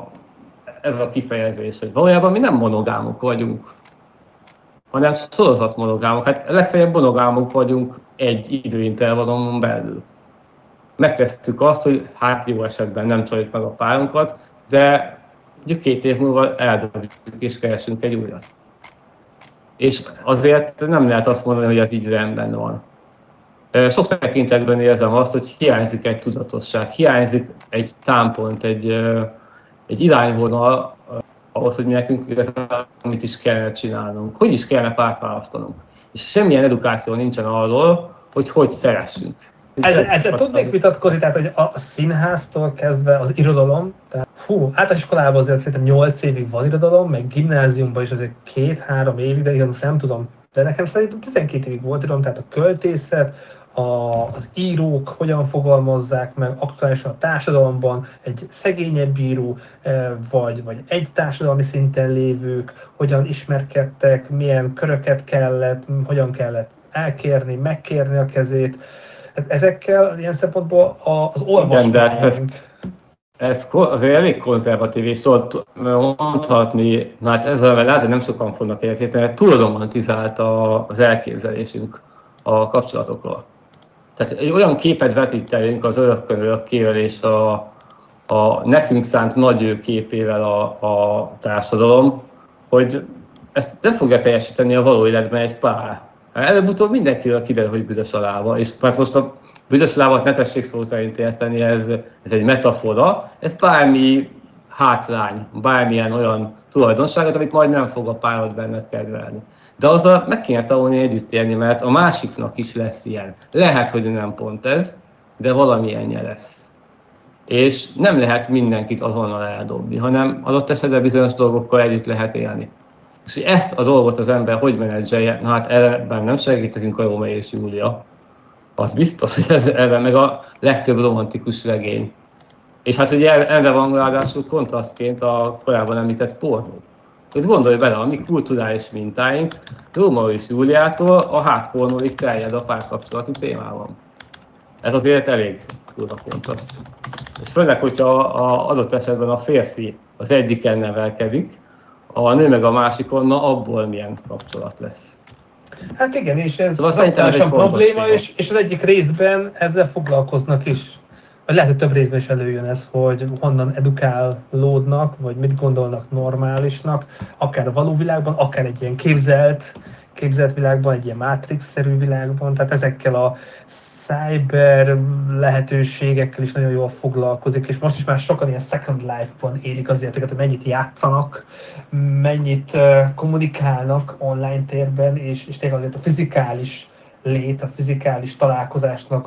B: a kifejezés, hogy valójában mi nem monogámok vagyunk, hanem sorozat monogámok. Hát legfeljebb monogámok vagyunk egy időintervallumon belül. Megtesszük azt, hogy hát jó esetben nem csaljuk meg a párunkat, de 2 év múlva eldobjuk és keresünk egy újat. És azért nem lehet azt mondani, hogy ez így rendben van. Sok tekintetben érzem azt, hogy hiányzik egy tudatosság, hiányzik egy támpont, egy irányvonal ahhoz, hogy mi nekünk igazán mit is kellene csinálnunk, hogy is kellene párt választanunk. És semmilyen edukáció nincsen arról, hogy szeressünk.
A: Ezzel tudnék vitatkozni, tehát hogy a színháztól kezdve az irodalom, tehát általános iskolában azért szerintem 8 évig van irodalom, meg gimnáziumban is azért 2-3 évig, de igen, most nem tudom. De nekem szerintem 12 évig volt irodalom, tehát a költészet, az írók hogyan fogalmazzák meg aktuálisan a társadalomban, egy szegényebb író, vagy egy társadalmi szinten lévők, hogyan ismerkedtek, milyen köröket kellett, hogyan kellett elkérni, megkérni a kezét. Ezekkel ilyen szempontból az olvasmányunk.
B: Ez azért elég konzervatív, és mondhatni, hát ezzel lehet, hogy nem sokan fognak érteni, mert túl romantizált az elképzelésünk a kapcsolatokról. Tehát egy olyan képet vetítenénk az örökkön örökkével és a nekünk szánt nagy ő képével a társadalom, hogy ezt nem fogja teljesíteni a való életben egy pár. Előbb-utóbb mindenkiről kiderül, hogy büdös a lába, és hát most a büdös lábat ne tessék szó szerint érteni, ez egy metafora, ez bármi hátrány, bármilyen olyan tulajdonságot, amit majd nem fog a párod benned kedvelni. De azzal meg kéne tanulni együtt élni, mert a másiknak is lesz ilyen. Lehet, hogy nem pont ez, de valamilyenje lesz. És nem lehet mindenkit azonnal eldobni, hanem adott esetben bizonyos dolgokkal együtt lehet élni. És ezt a dolgot az ember hogy menedzselje, na hát ebben nem segítünk a Rómeó és Júlia. Az biztos, hogy ebben meg a legtöbb romantikus regény. És hát ugye erre van ráadásul kontrasztként a korábban említett pornó. Hogy gondolj bele, a mi kulturális mintáink Rómeó és Júliától a hátpornóig terjed a párkapcsolati témában. Ez azért elég durva kontraszt. És főleg, hogyha adott esetben a férfi az egyiken nevelkedik, a nő meg a másikon, na abból milyen kapcsolat lesz.
A: Hát igen, és ez aktuálisan probléma, és az egyik részben ezzel foglalkoznak is. Vagy lehet, hogy több részben is előjön ez, hogy honnan edukálódnak, vagy mit gondolnak normálisnak, akár a való világban, akár egy ilyen képzelt világban, egy ilyen Matrix-szerű világban, tehát ezekkel a cyber lehetőségekkel is nagyon jól foglalkozik, és most is már sokan ilyen Second Life-ban élik az életeket, hogy mennyit játszanak, mennyit kommunikálnak online térben, és tényleg azért a fizikális lét, a fizikális találkozásnak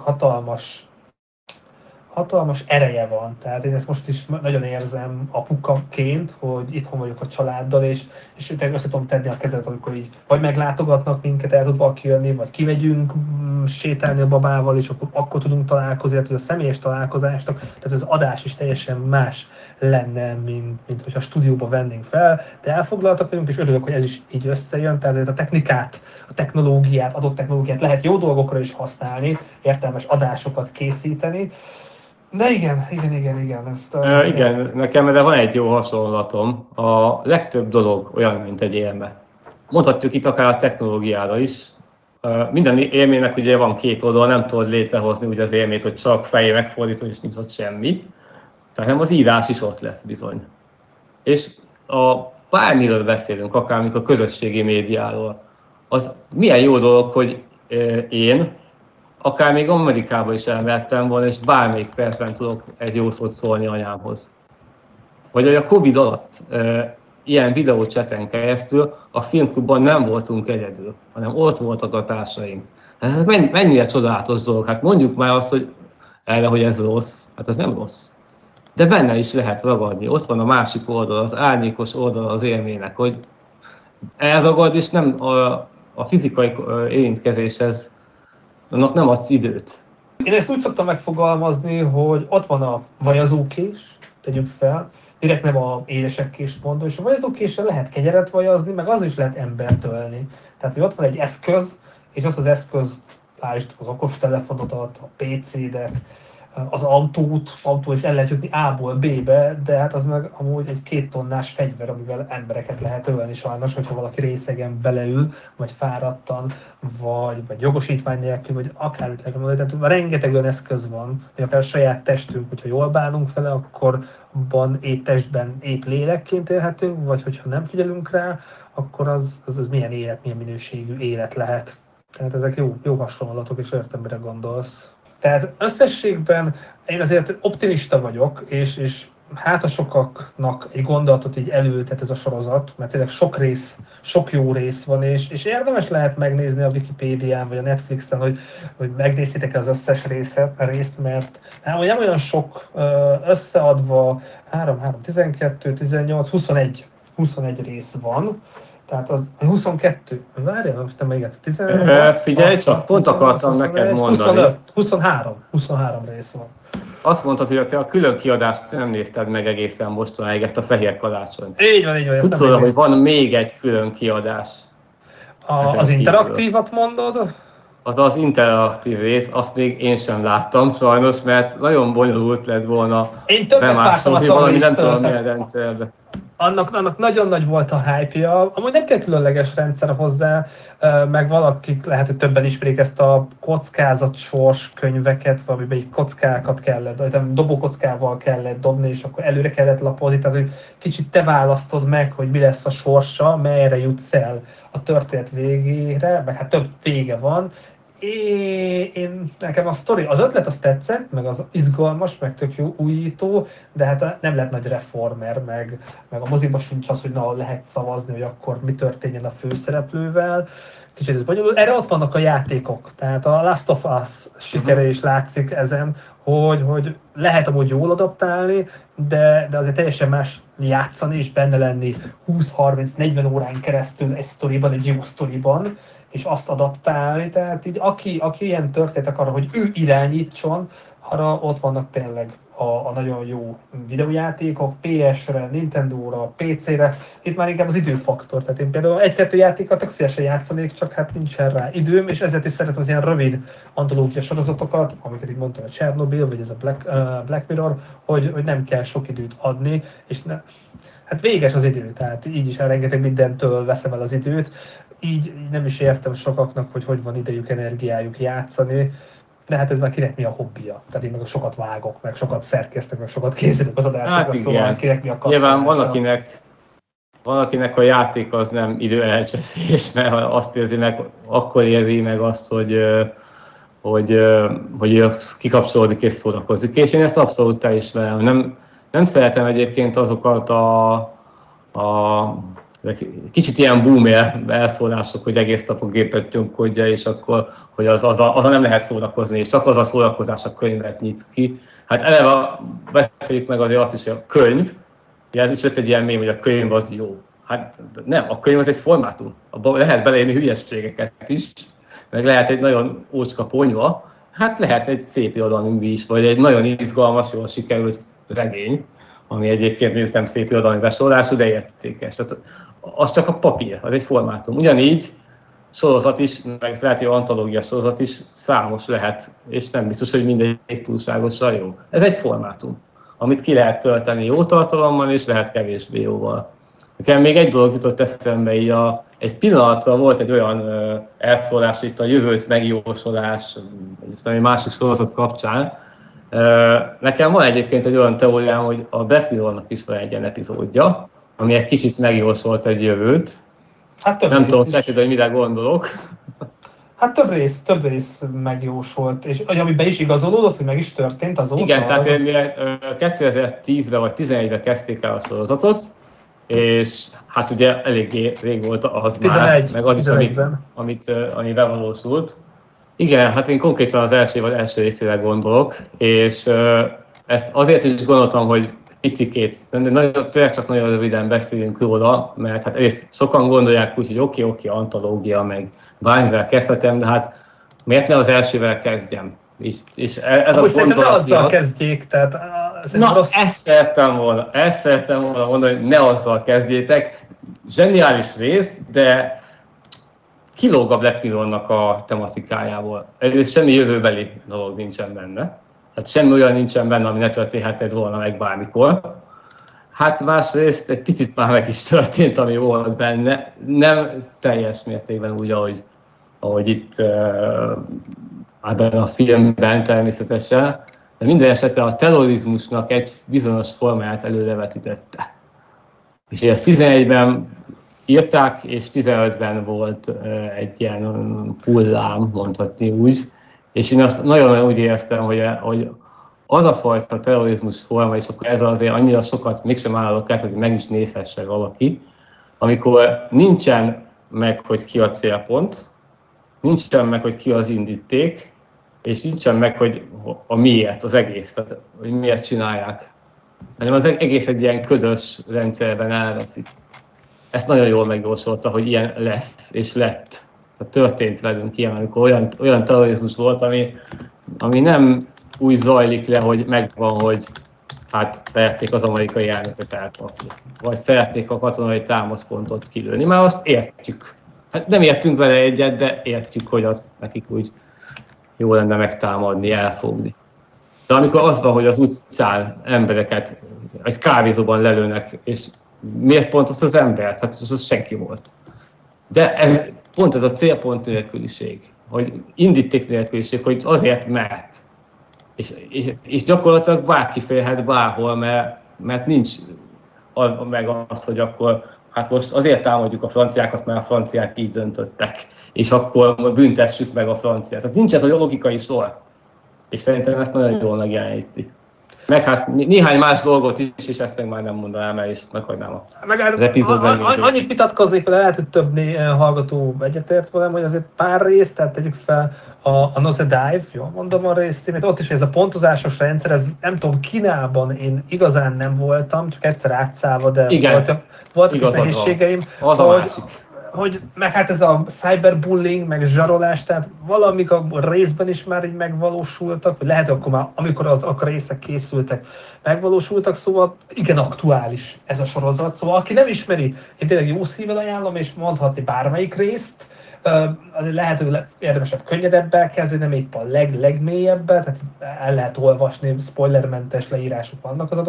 A: hatalmas ereje van. Tehát én ezt most is nagyon érzem apukaként, hogy itthon vagyok a családdal, és össze tudom tenni a kezemet, amikor így vagy meglátogatnak minket, el tud valaki jönni, vagy kimegyünk sétálni a babával, és akkor tudunk találkozni, hogy a személyes találkozásnak, tehát az adás is teljesen más lenne, mint hogyha a stúdióba vennénk fel, de elfoglaltak vagyunk, és örülök, hogy ez is így összejön, tehát a technikát, a technológiát, adott technológiát lehet jó dolgokra is használni, értelmes adásokat készíteni. De igen.
B: Igen, nekem erre van egy jó hasonlatom. A legtöbb dolog olyan, mint egy élme. Mondhatjuk itt akár a technológiára is. Minden élménynek ugye van két oldal, nem tudod létrehozni ugye az élményt, hogy csak fejé megfordítod, és nincs ott semmi. Tehát az írás is ott lesz bizony. És bármiről beszélünk, akár amikor a közösségi médiáról, az milyen jó dolog, hogy én, akár még Amerikában is elmehettem volna, és bármelyik percben tudok egy jó szót szólni anyámhoz. Vagy hogy a Covid alatt ilyen videócseten keresztül a filmklubban nem voltunk egyedül, hanem ott voltak a társaink. Hát mennyire csodálatos dolog. Hát mondjuk már azt, hogy ez rossz. Hát ez nem rossz. De benne is lehet ragadni. Ott van a másik oldal, az árnyékos oldal az élménynek, hogy elragad, és nem a fizikai érintkezéshez annak nem adsz időt.
A: Én ezt úgy szoktam megfogalmazni, hogy ott van a vajazókés, tegyük fel, direkt nem a édesekkést mondom, és a vajazókéssel lehet kenyeret vajazni, meg az is lehet embert ölni. Tehát, hogy ott van egy eszköz, és az eszköz, lásd az okostelefonodat, a PC-det, az autó is el lehet jutni A-ból B-be, de hát az meg amúgy egy 2 tonnás fegyver, amivel embereket lehet ölni sajnos, hogyha valaki részegen beleül, vagy fáradtan, vagy jogosítvány nélkül, vagy akármit lehet mondani. Tehát rengeteg olyan eszköz van, hogy akár a saját testünk, hogyha jól bánunk vele, akkor abban épp testben, épp lélekként élhetünk, vagy hogyha nem figyelünk rá, akkor az milyen minőségű élet lehet. Tehát ezek jó hasonlatok, és értem, mire gondolsz. Tehát összességben én azért optimista vagyok, és hát a sokaknak egy gondolatot így elültet ez a sorozat, mert tényleg sok jó rész van, és érdemes lehet megnézni a Wikipédián vagy a Netflixen, hogy megnéztétek az összes részt, mert nem olyan sok összeadva, 12, 18, 21 rész van, tehát az 22, várjál, most nem még egyszer, 16,
B: figyelj csak, pont akartam neked mondani.
A: 23 rész van.
B: Azt mondtad, hogy te a külön kiadást nem nézted meg egészen mostanáig, ezt a Fehér Karácsonyt.
A: Így van.
B: Tudsz oda, hogy van még egy külön kiadás?
A: Az interaktívat mondod?
B: Az interaktív rész, azt még én sem láttam sajnos, mert nagyon bonyolult lett volna bemásolni valami nem tudom milyen rendszerbe.
A: Annak nagyon nagy volt a hype-ja, amúgy nem kell különleges rendszer hozzá, meg valakik lehet, hogy többen ismerik ezt a kockázat sors könyveket, amiben így kockákat kellett, dobókockával kellett dobni, és akkor előre kellett lapozni, tehát hogy kicsit te választod meg, hogy mi lesz a sorsa, melyre jutsz el a történet végére, meg hát több vége van. Nekem a sztori, az ötlet az tetszett, meg az izgalmas, meg tök jó újító, de hát nem lett nagy reformer, meg a moziban sincs az, hogy lehet szavazni, hogy akkor mi történjen a főszereplővel. Kicsit ez bonyolult. Erre ott vannak a játékok, tehát a Last of Us sikere is látszik ezen, hogy lehet amúgy jól adaptálni, de azért teljesen más játszani és benne lenni 20-30-40 órán keresztül egy sztoriban, egy jó sztoriban, és azt adaptálni, tehát így aki ilyen történetek arra, hogy ő irányítson, arra ott vannak tényleg a nagyon jó videójátékok, PS-re, Nintendo-ra, PC-re, itt már inkább az időfaktor, tehát én például egy-kettő játékkal tök szívesen játszanék, csak hát nincsen rá időm, és ezért is szeretem az ilyen rövid antológia sorozatokat, amiket így mondtam, a Chernobyl, vagy ez a Black Mirror, hogy nem kell sok időt adni, és hát véges az idő, tehát így is rengeteg mindentől veszem el az időt, így nem is értem sokaknak, hogy van idejük, energiájuk játszani, de hát ez már kinek mi a hobbija. Tehát én meg sokat vágok, meg sokat szerkesztek, meg sokat készülök az adásokra,
B: hát
A: szóval kinek mi a
B: nyilván van akinek a játék az nem idő elcseszés, mert azt érzi meg, akkor érzi meg azt, hogy kikapcsolódik és szórakozik. És én ezt abszolút te is velem. Nem szeretem egyébként azokat kicsit ilyen boomer elszólások, hogy egész nap a gépet nyomkodja, és akkor, hogy az nem lehet szórakozni, és csak az a szórakozás a könyvet nyitsz ki. Hát eleve beszéljük meg azért azt is, hogy a könyv, ez is lett egy ilyen mém, hogy a könyv az jó. Hát nem, a könyv az egy formátum. Abban lehet beleírni hülyességeket is, meg lehet egy nagyon ócska ponyva, hát lehet egy szép irodalmi mű is, vagy egy nagyon izgalmas, jól sikerült regény, ami egyébként nem szép irodalmi besorolású, de értékes. Tehát az csak a papír, az egy formátum. Ugyanígy sorozat is, meg lehet, hogy antológia sorozat is számos lehet, és nem biztos, hogy mindegyik túlságosan jó. Ez egy formátum, amit ki lehet tölteni jó tartalommal, és lehet kevésbé jóval. Nekem még egy dolog jutott eszembe, így egy pillanatra volt egy olyan elszólás itt a jövőt megjósolás, vagy egy másik sorozat kapcsán. Nekem van egyébként egy olyan teóriám, hogy a Black Mirrornak is van egy ilyen epizódja, ami egy kicsit megjósolt egy jövőt. Hát nem tudom, hogy mire gondolok.
A: Hát több rész megjósolt, és amiben is igazolódott, hogy meg is történt azóta.
B: Igen, tehát 2010-ben vagy 2011-ben kezdték el a sorozatot, és hát ugye eléggé rég volt az 11, már, meg az is, ami bevalósult. Igen, hát én konkrétan az első részére gondolok, és ezt azért is gondoltam, hogy picikét, tényleg csak nagyon röviden beszéljünk róla, mert hát egyrészt sokan gondolják úgy, hogy oké, antológia, meg bármivel kezdhetem, de hát miért ne az elsővel kezdjem? És ez a gondolat
A: azzal kezdjék, tehát...
B: Ezt szerettem volna mondani, hogy ne azzal kezdjétek. Zseniális rész, de kilóg a Black Mirrornak a tematikájából. Egyrészt semmi jövőbeli dolog nincsen benne. Tehát semmi olyan nincsen benne, ami ne történhetett volna meg bármikor. Hát másrészt egy picit már meg is történt, ami volt benne. Nem teljes mértékben úgy, ahogy itt ebben a filmben természetesen. De minden esetre a terrorizmusnak egy bizonyos formáját előrevetítette. És ez 11-ben írták, és 15-ben volt egy ilyen hullám, mondhatni úgy, és én azt nagyon úgy éreztem, hogy az a fajta terrorizmus forma, és akkor ezzel azért annyira sokat mégsem állok át, hogy meg is nézhesse valaki, amikor nincsen meg, hogy ki a célpont, nincsen meg, hogy ki az indíték, és nincsen meg, hogy a miért, az egész, tehát hogy miért csinálják, hanem az egész egy ilyen ködös rendszerben elveszik. Ezt nagyon jól megjósolta, hogy ilyen lesz, és lett. Tehát történt velünk ilyen, amikor olyan terrorizmus volt, ami nem úgy zajlik le, hogy megvan, hogy hát szeretnék az amerikai elnököt elkapni, vagy szeretnék a katonai támaszpontot kilőni. Már azt értjük. Hát nem értünk vele egyet, de értjük, hogy az nekik úgy jó lenne megtámadni, elfogni. De amikor az van, hogy az utcán embereket egy kávézóban lelőnek, és miért pont az embert? Hát az senki volt. De pont ez a célpont nélküliség, hogy indíték nélküliség, hogy azért mert. És gyakorlatilag bárki félhet bárhol, mert nincs meg az, hogy akkor hát most azért támadjuk a franciákat, mert a franciák így döntöttek, és akkor büntessük meg a franciát. Tehát nincs ez a logikai sor. És szerintem ezt nagyon jól megjeleníti. Meg hát néhány más dolgot is, és ezt meg már nem mondanám el, és meghagynám az epizódban.
A: Annyit vitatkoznék, hogy lehet, hogy több hallgató egyetért velem, hogy azért pár részt, tehát tegyük fel a Nosedive, jól mondom a részt, mert ott is ez a pontozásos rendszer, ez nem tudom, Kínában én igazán nem voltam, csak egyszer átszállva, de voltak is nehézségeim.
B: Az a másik.
A: Hogy meg hát ez a cyberbullying, meg zsarolás, tehát valamik a részben is már így megvalósultak, vagy lehet, akkor már, amikor a részek készültek, megvalósultak, szóval igen aktuális ez a sorozat. Szóval aki nem ismeri, én tényleg jó szívvel ajánlom, és mondhatni bármelyik részt, lehet, hogy érdemesebb könnyedebbel kezdeni, nem épp a legmélyebbel, tehát el lehet olvasni, spoilermentes leírások vannak az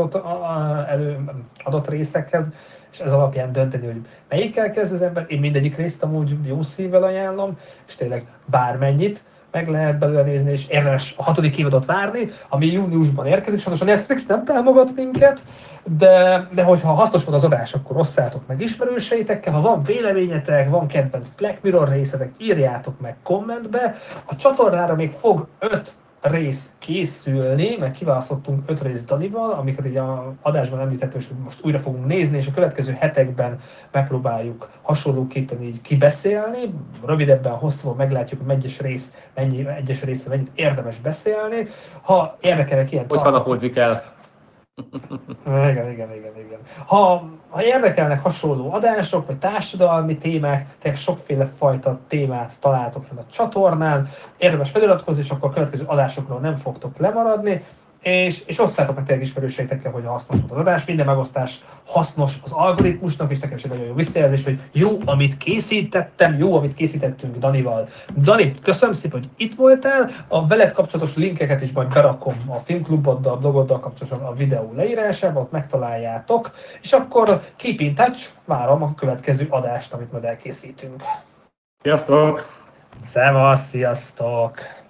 A: adott részekhez, és ez alapján dönteni, hogy melyikkel kezd az ember. Én mindegyik részt amúgy jó szívvel ajánlom, és tényleg bármennyit meg lehet belőle nézni, és érdemes a 6. évadot várni, ami júniusban érkezik. Sajnos a Netflix nem támogat minket, de hogyha hasznos volt az adás, akkor osszátok meg ismerőseitekkel. Ha van véleményetek, van kedvenc Black Mirror részetek, írjátok meg kommentbe. A csatornára még fog 5 rész készülni, mert kiválasztottunk 5 rész Danival, amiket így a adásban említettük, hogy most újra fogunk nézni, és a következő hetekben megpróbáljuk hasonlóképpen így kibeszélni. Rövidebben, hosszabban meglátjuk, hogy egyes részről mennyit érdemes beszélni. Ha érdekelnek ilyen
B: hogy harapódzik el.
A: Igen. Ha érdekelnek hasonló adások, vagy társadalmi témák, tehát sokféle fajta témát találtok fel a csatornán, érdemes feliratkozni, és akkor a következő adásokról nem fogtok lemaradni, és osszátok meg tényleg ismerőseitekkel, hogy hasznos volt az adás. Minden megosztás hasznos az algoritmusnak, és nekem is egy nagyon jó visszajelzés, hogy jó, amit készítettem, jó, amit készítettünk Danival. Dani, köszönöm szépen, hogy itt voltál. A veled kapcsolatos linkeket is majd berakom a filmkluboddal, a blogoddal kapcsolatosan a videó leírásába, ott megtaláljátok. És akkor keep in touch, várom a következő adást, amit majd elkészítünk.
B: Sziasztok!
A: Szevasz, sziasztok!